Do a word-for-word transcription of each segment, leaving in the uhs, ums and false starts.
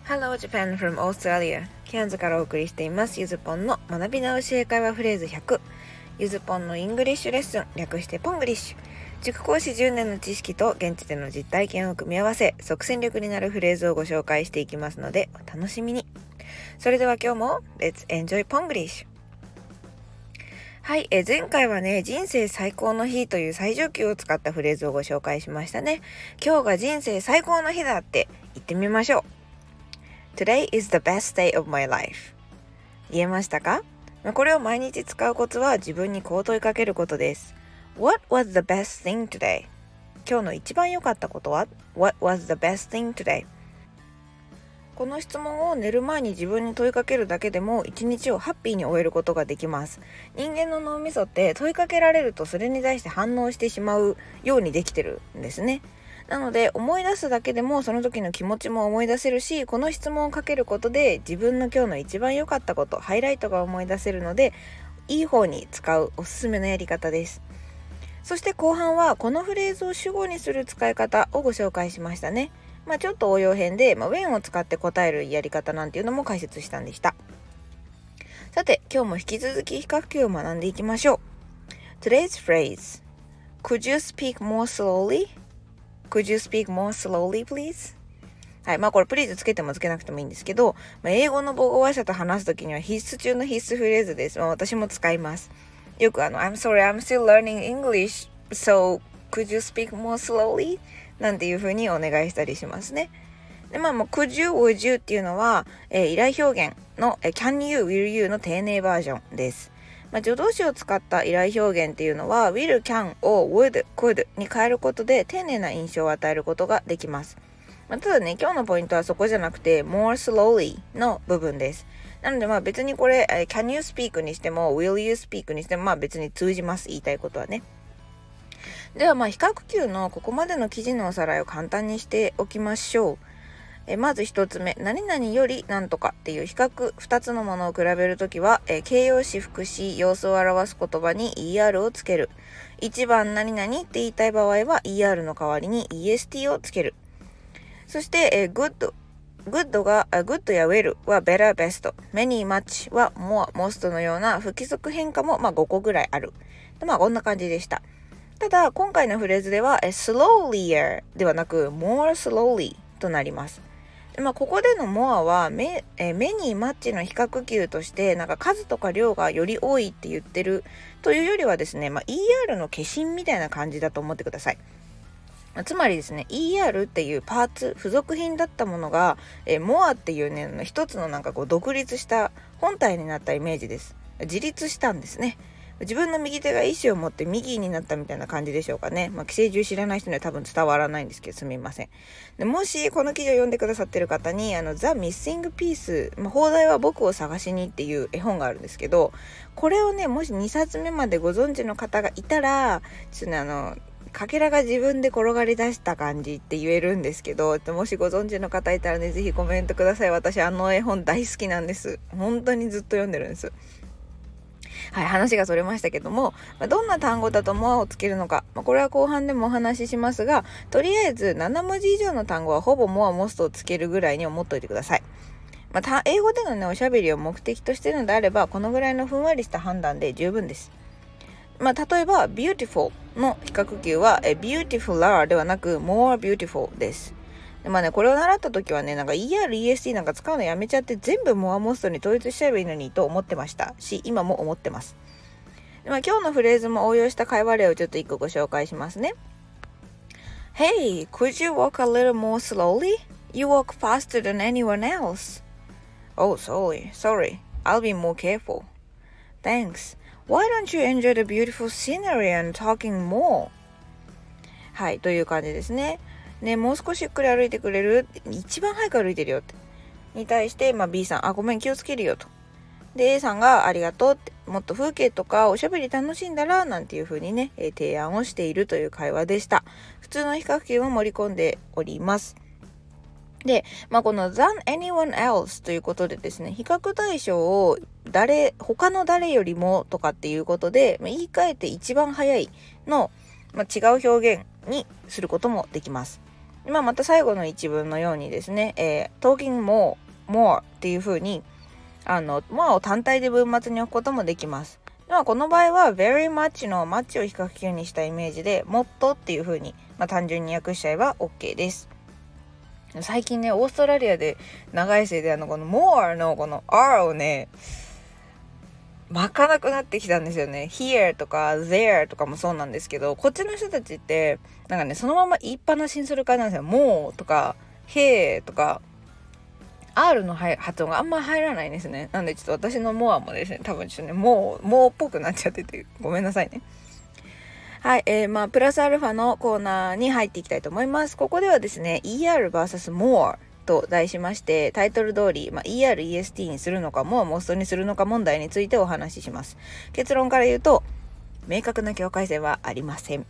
Hello Japan from Australia。ケアンズからお送りしていますゆずぽんの学び直し英会話フレーズひゃく。ゆずぽんのイングリッシュレッスン、略してポングリッシュ。塾講師じゅうねんの知識と現地での実体験を組み合わせ、即戦力になるフレーズをご紹介していきますのでお楽しみに。それでは今日も Let's enjoy ポングリッシュ。はい、え前回はね、人生最高の日という最上級を使ったフレーズをご紹介しましたね。今日が人生最高の日だって言ってみましょう。Today is the best day of my life。 言えましたか？これを毎日使うコツは自分にこう問いかけることです。 What was the best thing today？ 今日の一番良かったことは？ What was the best thing today？ この質問を寝る前に自分に問いかけるだけでも一日をハッピーに終えることができます。人間の脳みそって問いかけられるとそれに対して反応してしまうようにできてるんですね。なので思い出すだけでもその時の気持ちも思い出せるし、この質問をかけることで自分の今日の一番良かったこと、ハイライトが思い出せるので、いい方に使うおすすめのやり方です。そして後半はこのフレーズを主語にする使い方をご紹介しましたね。まあ、ちょっと応用編で、まあ、when を使って答えるやり方なんていうのも解説したんでした。さて今日も引き続き比較級を学んでいきましょう。 Today's phrase: Could you speak more slowly?Could you speak more slowly, please? はい、まあこれ please つけてもつけなくてもいいんですけど、まあ、英語の母語話者と話すときには必須中の必須フレーズです。まあ、私も使います。よくあの I'm sorry, I'm still learning English, so could you speak more slowly? なんていう風にお願いしたりしますね。で、まあもう could you, would you っていうのは、えー、依頼表現の、えー、can you, will you の丁寧バージョンです。まあ、助動詞を使った依頼表現っていうのは will, can を would, could に変えることで丁寧な印象を与えることができます。まあ、ただね、今日のポイントはそこじゃなくて more slowly の部分です。なのでまあ別にこれ can you speak にしても will you speak にしてもまあ別に通じます、言いたいことはね。ではまあ比較級のここまでの記事のおさらいを簡単にしておきましょう。えまず一つ目、何々よりなんとかっていう比較二つのものを比べるときは、え形容詞、副詞、様子を表す言葉に イーアール をつける。一番何々って言いたい場合は イーアール の代わりに イーエスティー をつける。そして、え good good が good や well は better, best、 many, much は more, most のような不規則変化もまあごこぐらいある。でまあこんな感じでした。ただ今回のフレーズでは slowlier ではなく more slowly となります。まあ、ここでの more は目、えー、目にマッチの比較級としてなんか数とか量がより多いって言ってるというよりはですね、まあ、イーアール の化身みたいな感じだと思ってください。つまりですね イーアール っていうパーツ付属品だったものが、えー、more っていうね一つのなんかこう独立した本体になったイメージです。自立したんですね。自分の右手が意思を持って右になったみたいな感じでしょうかね。まあ、寄生獣知らない人には多分伝わらないんですけどすみません。でもしこの記事を読んでくださってる方にあの The Missing Piece、まあ、放題は僕を探しにっていう絵本があるんですけど、これをねもしにさつめまでご存知の方がいたらちょっとねあのかけらが自分で転がり出した感じって言えるんですけど、もしご存知の方いたらねぜひコメントください。私あの絵本大好きなんです。本当にずっと読んでるんです。はい、話がそれましたけども、まあ、どんな単語だと more をつけるのか、まあ、これは後半でもお話ししますが、とりあえずなな文字以上の単語はほぼ more、most をつけるぐらいに思っといてください。まあ、英語でのねおしゃべりを目的としているのであればこのぐらいのふんわりした判断で十分です。まあ、例えば beautiful の比較級は beautifuler ではなく more beautiful です。でまあね、これを習った時はねなんか イーアール、イーエスティー なんか使うのやめちゃって全部モアモストに統一しちゃえばいいのにと思ってましたし、今も思ってます。で、まあ、今日のフレーズも応用した会話例をちょっと一個ご紹介しますね。 Hey, could you walk a little more slowly? You walk faster than anyone else. Oh, sorry, sorry. I'll be more careful. Thanks. Why don't you enjoy the beautiful scenery and talking more? はい、という感じですね。ね、もう少しゆっくり歩いてくれる？一番早く歩いてるよってに対して、まあ、B さん、あ、ごめん気をつけるよと。で A さんがありがとうって、もっと風景とかおしゃべり楽しんだらなんていう風にね、えー、提案をしているという会話でした。普通の比較級も盛り込んでおります。で、まあ、この than anyone else ということでですね、比較対象を誰他の誰よりもとかっていうことで、まあ、言い換えて一番早いの、まあ、違う表現にすることもできます。 まあ、また最後の一文のようにですね、えー、talking more more っていう風にあの more を単体で文末に置くこともできます。まあ、この場合は very much の much を比較級にしたイメージでもっとっていう風に、まあ、単純に訳しちゃえば OK です。最近ねオーストラリアで長いせいであのこの more のこの R をね巻かなくなってきたんですよね。 here とか there とかもそうなんですけど、こっちの人たちってなんかねそのまま言いっぱなしにする感じなんですよ。もうとか へとか R の発音があんま入らないんですね。なんでちょっと私のモアもですね多分ちょっとねもうもうっぽくなっちゃっててごめんなさいね。はい、えー、まあプラスアルファのコーナーに入っていきたいと思います。ここではですね イーアール ブイエス more と題しましてタイトル通り、まあ、イーアールイーエスティー にするのかもモストにするのか問題についてお話しします。結論から言うと明確な境界線はありません。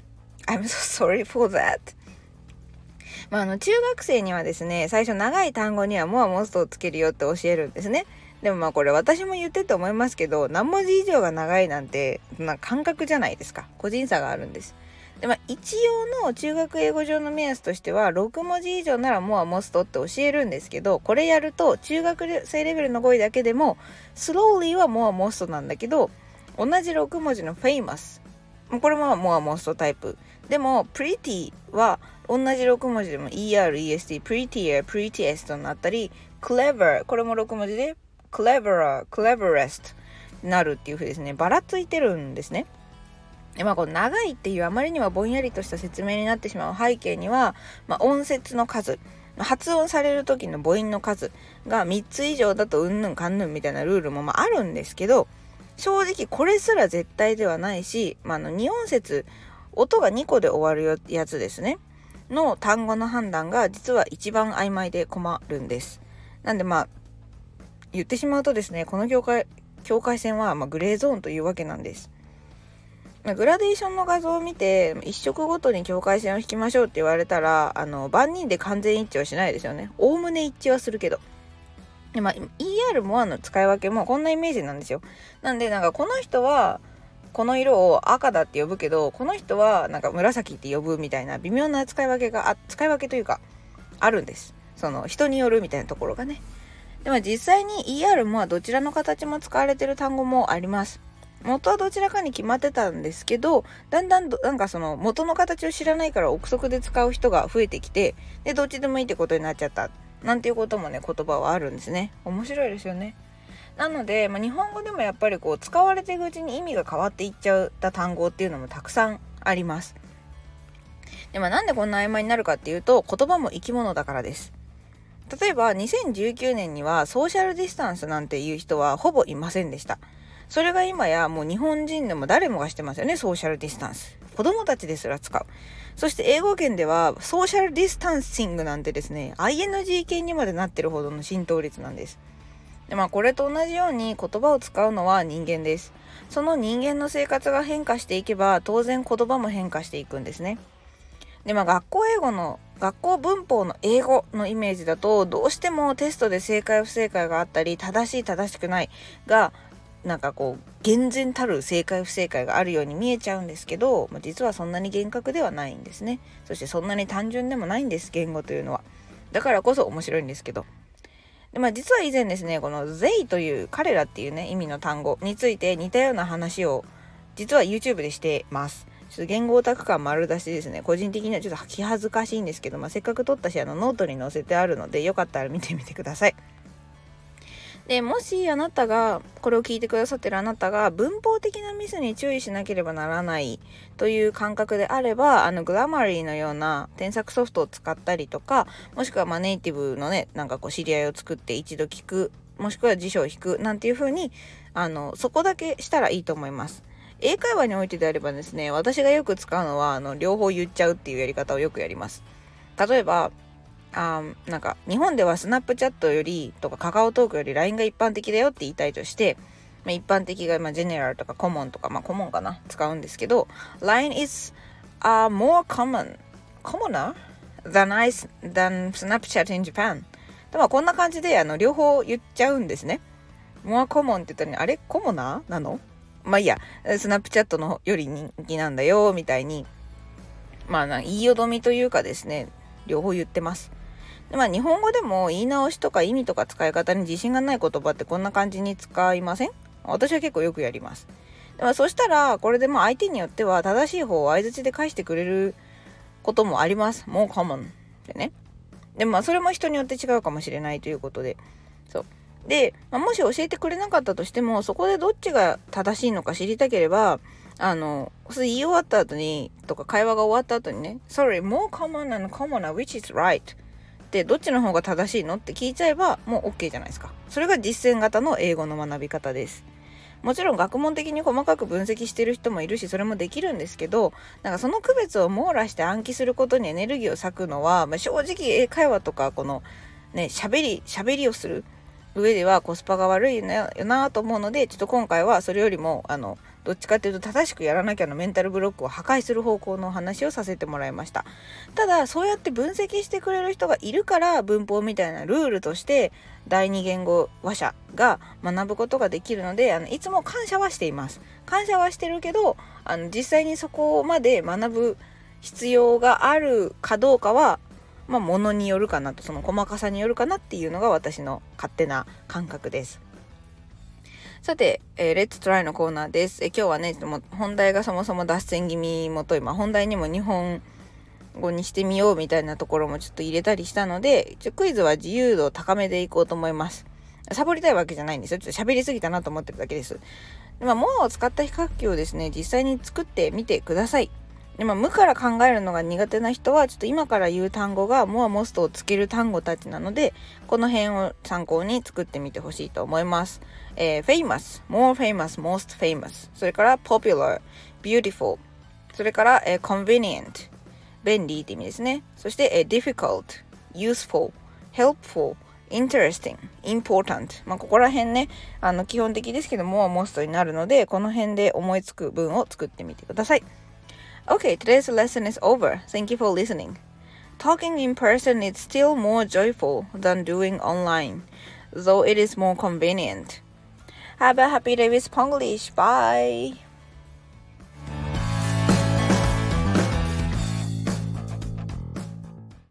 I'm so sorry for that。 まあ、あの中学生にはですね最初長い単語にはもはモストをつけるよって教えるんですね。でもまあこれ私も言ってて思いますけど何文字以上が長いなんてな感覚じゃないですか。個人差があるんです。でまあ、一応の中学英語上の目安としてはろく文字以上ならもうモストって教えるんですけど、これやると中学生レベルの語彙だけでもスローリーはもうモストなんだけど同じろく文字のフェイマスこれももうモストタイプでもプリティは同じろく文字でも イーアールイーエスティー プリティやプリティエストになったり clever これもろく文字で cleverer cleverest になるっていう風ですね。ばらついてるんですね。まあ、この長いっていうあまりにはぼんやりとした説明になってしまう背景には、まあ、音節の数発音される時の母音の数がみっつ以上だとうんぬんかんぬんみたいなルールもまああるんですけど、正直これすら絶対ではないし、まあ、あのに音節音がにこで終わるやつですねの単語の判断が実は一番曖昧で困るんです。なんでまあ言ってしまうとですねこの境界、境界線はまあグレーゾーンというわけなんです。グラデーションの画像を見て一色ごとに境界線を引きましょうって言われたらあの万人で完全一致はしないですよね。おおむね一致はするけどで、まあ、イーアール モアの使い分けもこんなイメージなんですよ。なんでなんかこの人はこの色を赤だって呼ぶけどこの人はなんか紫って呼ぶみたいな微妙な使い分けがあ使い分けというかあるんです。その人によるみたいなところがね。でも実際に イーアール モアどちらの形も使われてる単語もあります。元はどちらかに決まってたんですけどだんだんなんかその元の形を知らないから憶測で使う人が増えてきてでどっちでもいいってことになっちゃったなんていうこともね言葉はあるんですね。面白いですよね。なので、まあ、日本語でもやっぱりこう使われていくうちに意味が変わっていっちゃった単語っていうのもたくさんあります。で、まあ、なんでこんな曖昧になるかっていうと言葉も生き物だからです。例えばにせんじゅうきゅうねんにはソーシャルディスタンスなんていう人はほぼいませんでした。それが今やもう日本人でも誰もがしてますよね。ソーシャルディスタンス子供たちですら使う。そして英語圏ではソーシャルディスタンシングなんてですね アイエヌジー 形にまでなってるほどの浸透率なんです。で、まあ、これと同じように言葉を使うのは人間です。その人間の生活が変化していけば当然言葉も変化していくんですね。で、まあ、学校英語の学校文法の英語のイメージだとどうしてもテストで正解不正解があったり正しい正しくないがなんかこう厳然たる正解不正解があるように見えちゃうんですけど、まあ、実はそんなに厳格ではないんですね。そしてそんなに単純でもないんです言語というのは。だからこそ面白いんですけどで、まあ、実は以前ですねこの they という彼らっていうね意味の単語について似たような話を実は YouTube でしてます。ちょっと言語オタク感丸出しですね。個人的にはちょっと気恥ずかしいんですけど、まあ、せっかく撮ったしあのノートに載せてあるのでよかったら見てみてください。でもしあなたがこれを聞いてくださってるあなたが文法的なミスに注意しなければならないという感覚であればあのグラマリーのような添削ソフトを使ったりとかもしくはまあネイティブのねなんかこう知り合いを作って一度聞くもしくは辞書を引くなんていう風にあのそこだけしたらいいと思います。英会話においてであればですね私がよく使うのはあの両方言っちゃうっていうやり方をよくやります。例えばあなんか日本ではスナップチャットよりとかカカオトークより ライン が一般的だよって言いたいとして、まあ、一般的がまあジェネラルとかコモンとかまあコモンかな使うんですけど ライン is、uh, more common commoner than, I, than Snapchat in Japan でもこんな感じであの両方言っちゃうんですね。 more common って言ったら、ね、あれコモナーなのまあいいやスナップチャットのより人気なんだよみたいにまあな言いよどみというかですね両方言ってます。で、まあ日本語でも言い直しとか意味とか使い方に自信がない言葉ってこんな感じに使いません？私は結構よくやります。で、まあ、そしたらこれでも相手によっては正しい方を相槌で返してくれることもあります。more common ってね。でもまあそれも人によって違うかもしれないということで、そうで、まあ、もし教えてくれなかったとしても、そこでどっちが正しいのか知りたければ、あの言い終わった後にとか会話が終わった後にね Sorry, more common and commoner which is right でどっちの方が正しいのって聞いちゃえばもう OK じゃないですか。それが実践型の英語の学び方です。もちろん学問的に細かく分析してる人もいるし、それもできるんですけど、なんかその区別を網羅して暗記することにエネルギーを割くのは、まあ、正直英会話とかこのね喋り喋りをする上ではコスパが悪いよなと思うので、ちょっと今回はそれよりもあのどっちかっていうと正しくやらなきゃのメンタルブロックを破壊する方向の話をさせてもらいました。ただそうやって分析してくれる人がいるから文法みたいなルールとして第二言語話者が学ぶことができるので、あのいつも感謝はしています。感謝はしてるけど、あの実際にそこまで学ぶ必要があるかどうかはまあものによるかなと、その細かさによるかなっていうのが私の勝手な感覚です。さて、えー、レッツトライのコーナーです。えー、今日はねもう本題がそもそも脱線気味もとい、まあ、本題にも日本語にしてみようみたいなところもちょっと入れたりしたので、ちょクイズは自由度高めでいこうと思います。サボりたいわけじゃないんですよ。ちょっと喋りすぎたなと思ってるだけです。で、まあ、モアを使った比較器をですね実際に作ってみてください。で、まあ、無から考えるのが苦手な人はちょっと今から言う単語がモアモストをつける単語たちなので、この辺を参考に作ってみてほしいと思います。えー、famous, more famous, most famous、 それから popular, beautiful、 それから、えー、convenient、 便利って意味ですね。そして、えー、difficult, useful, helpful、 interesting、 important、 まあここら辺ねあの基本的ですけどmore most になるので、この辺で思いつく文を作ってみてください。Okay, today's lesson is over. Thank you for listening. Talking in person is still more joyful than doing online, though it is more convenient. Have a happy day with Ponglish. Bye!